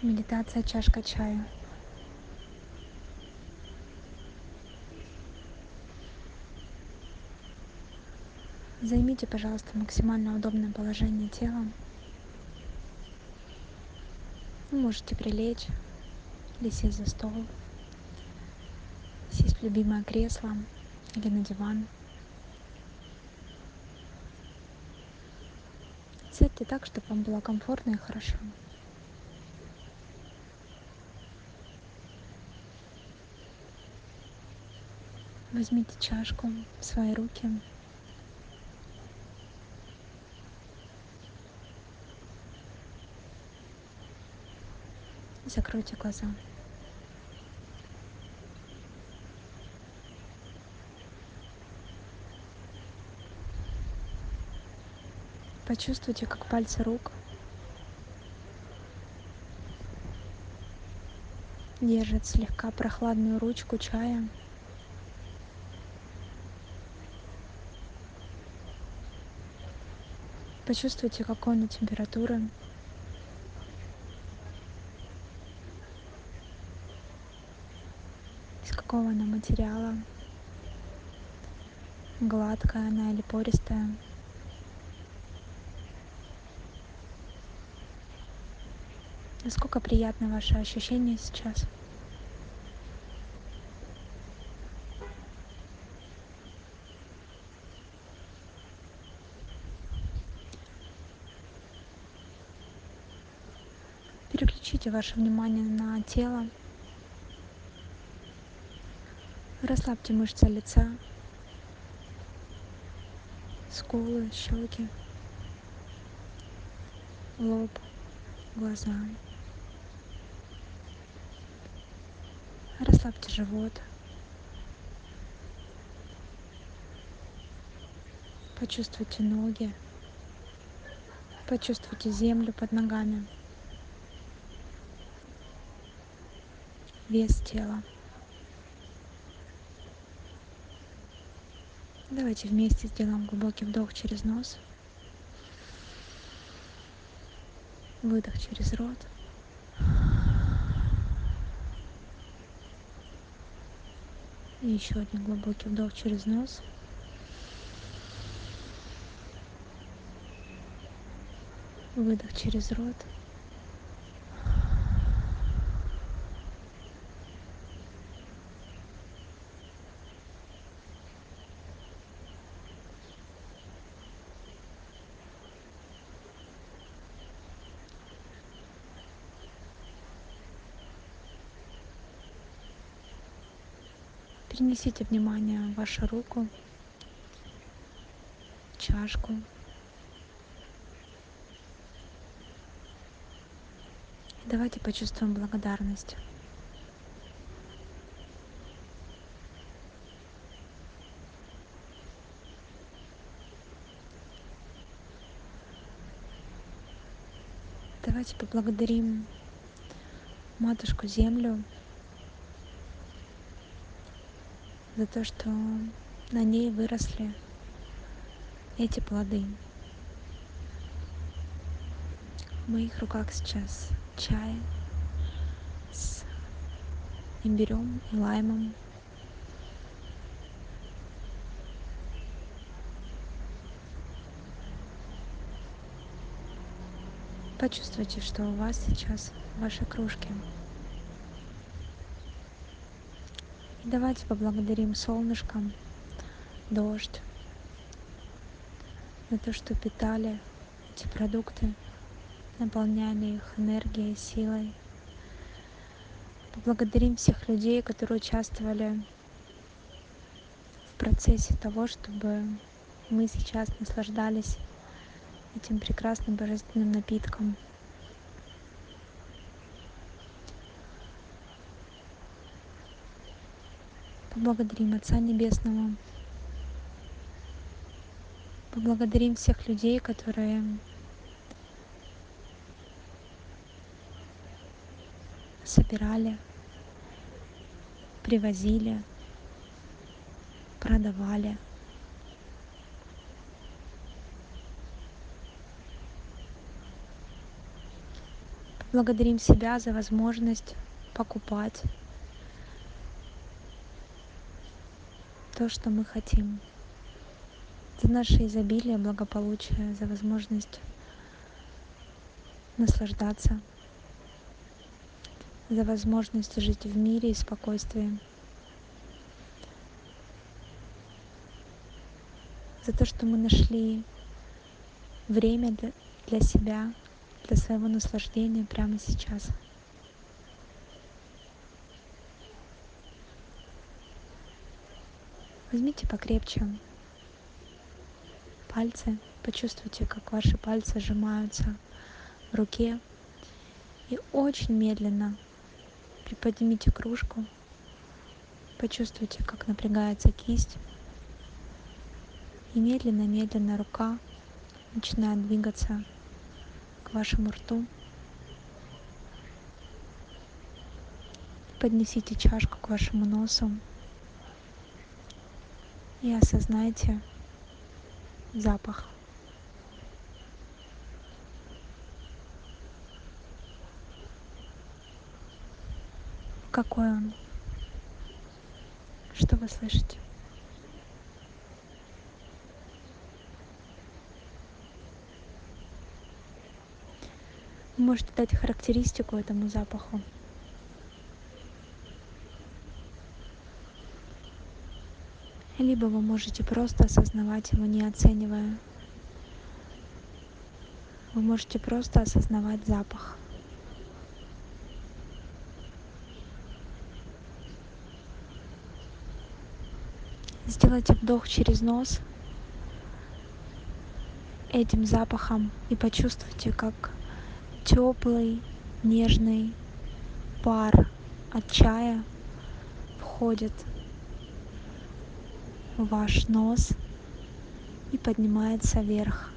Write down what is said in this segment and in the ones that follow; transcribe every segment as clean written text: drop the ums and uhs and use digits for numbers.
Медитация, чашка чая. Займите, пожалуйста, максимально удобное положение тела. Вы можете прилечь или сесть за стол, сесть в любимое кресло или на диван. Сядьте так, чтобы вам было комфортно и хорошо. Возьмите чашку в свои руки. И закройте глаза. Почувствуйте, как пальцы рук держат слегка прохладную ручку чая. Почувствуйте, какой он температуры. Из какого она материала. Гладкая она или пористая. Насколько приятно ваше ощущение сейчас. Переключите ваше внимание на тело. Расслабьте мышцы лица, скулы, щеки, лоб, глаза. Расслабьте живот. Почувствуйте ноги. Почувствуйте землю под ногами. Вес тела. Давайте вместе сделаем глубокий вдох через нос. Выдох через рот. И еще один глубокий вдох через нос. Выдох через рот. Перенесите внимание в вашу руку, чашку. Давайте почувствуем благодарность. Давайте поблагодарим Матушку Землю за то, что на ней выросли эти плоды. В моих руках сейчас чай с имбирем и лаймом. Почувствуйте, что у вас сейчас в вашей кружке. И давайте поблагодарим солнышко, дождь за то, что питали эти продукты, наполняли их энергией, силой. Поблагодарим всех людей, которые участвовали в процессе того, чтобы мы сейчас наслаждались этим прекрасным божественным напитком. Поблагодарим Отца Небесного. Поблагодарим всех людей, которые собирали, привозили, продавали. Благодарим себя за возможность покупать то, что мы хотим, за наше изобилие, благополучие, за возможность наслаждаться, за возможность жить в мире и спокойствии, за то, что мы нашли время для себя, для своего наслаждения прямо сейчас. Возьмите покрепче пальцы, почувствуйте, как ваши пальцы сжимаются в руке, и очень медленно приподнимите кружку, почувствуйте, как напрягается кисть, и медленно-медленно рука начинает двигаться к вашему рту. Поднесите чашку к вашему носу и осознайте запах. Какой он? Что вы слышите? Вы можете дать характеристику этому запаху. Либо вы можете просто осознавать его, не оценивая. Вы можете просто осознавать запах. Сделайте вдох через нос этим запахом и почувствуйте, как теплый, нежный пар от чая входит в ваш нос и поднимается вверх.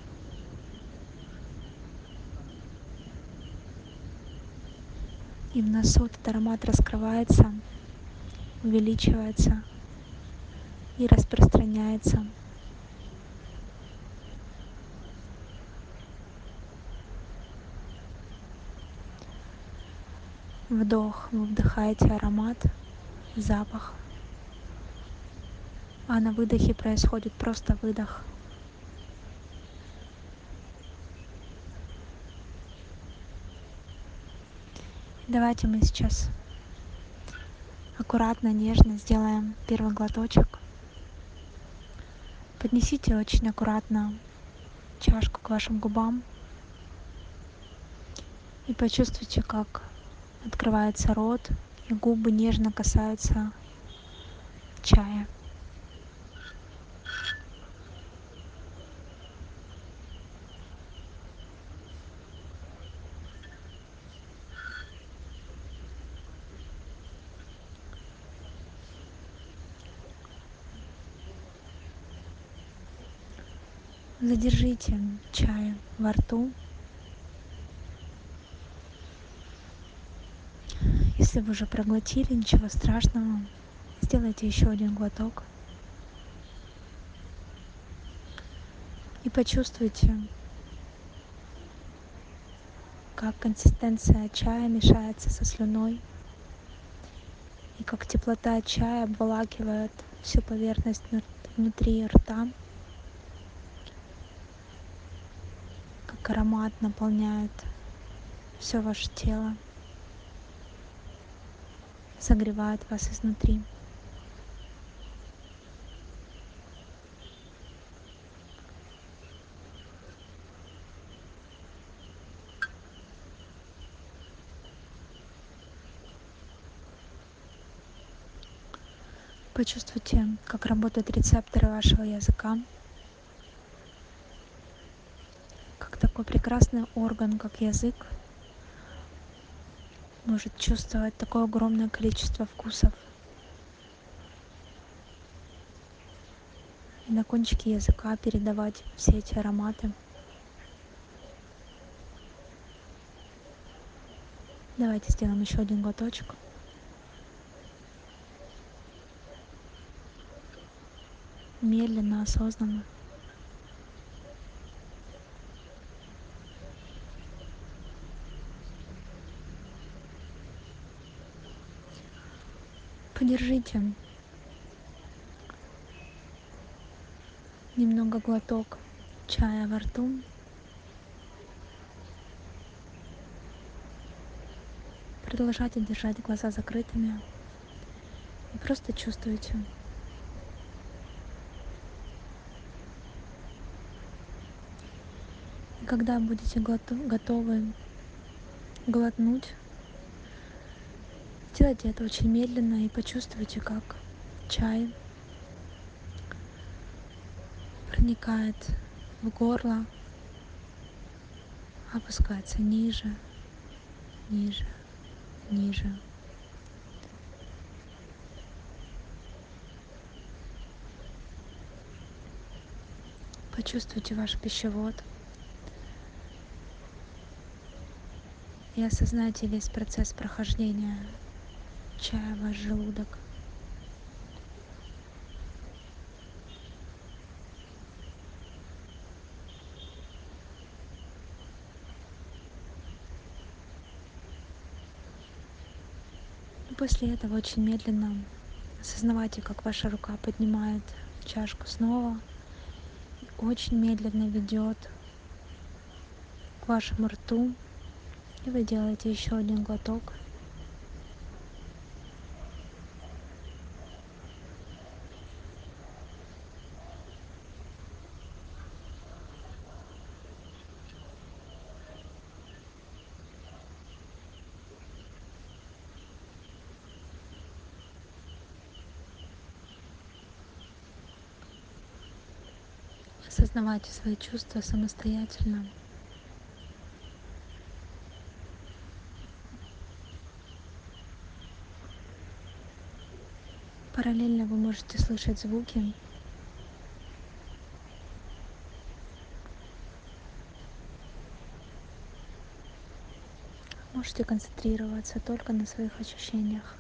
И в носу этот аромат раскрывается, увеличивается и распространяется. Вдох, вы вдыхаете аромат, запах, а на выдохе происходит просто выдох. Давайте мы сейчас аккуратно, нежно сделаем первый глоточек. Поднесите очень аккуратно чашку к вашим губам и почувствуйте, как открывается рот, и губы нежно касаются чая. Задержите чай во рту. Если вы уже проглотили, ничего страшного. Сделайте еще один глоток. И почувствуйте, как консистенция чая мешается со слюной, и как теплота чая обволакивает всю поверхность внутри рта, как аромат наполняет все ваше тело, согревает вас изнутри. Почувствуйте, как работают рецепторы вашего языка, как такой прекрасный орган, как язык, может чувствовать такое огромное количество вкусов. И на кончике языка передавать все эти ароматы. Давайте сделаем еще один глоточек. Медленно, осознанно. Подержите немного глоток чая во рту. Продолжайте держать глаза закрытыми и просто чувствуйте. И когда будете готовы глотнуть, сделайте это очень медленно и почувствуйте, как чай проникает в горло, опускается ниже, ниже, ниже. Почувствуйте ваш пищевод и осознайте весь процесс прохождения чая в ваш желудок. И после этого очень медленно осознавайте, как ваша рука поднимает чашку снова и очень медленно ведет к вашему рту. И вы делаете еще один глоток. Осознавайте свои чувства самостоятельно. Параллельно вы можете слышать звуки. Можете концентрироваться только на своих ощущениях.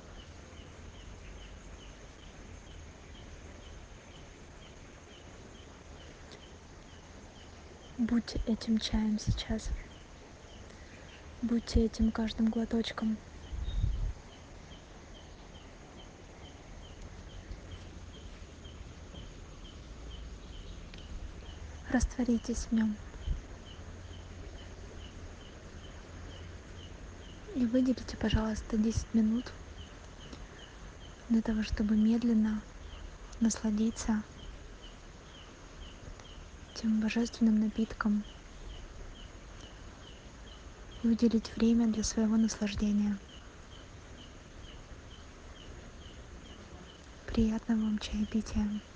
Будьте этим чаем сейчас. Будьте этим каждым глоточком. Растворитесь в нем. И выделите, пожалуйста, 10 минут для того, чтобы медленно насладиться тем божественным напитком и уделить время для своего наслаждения. Приятного вам чаепития!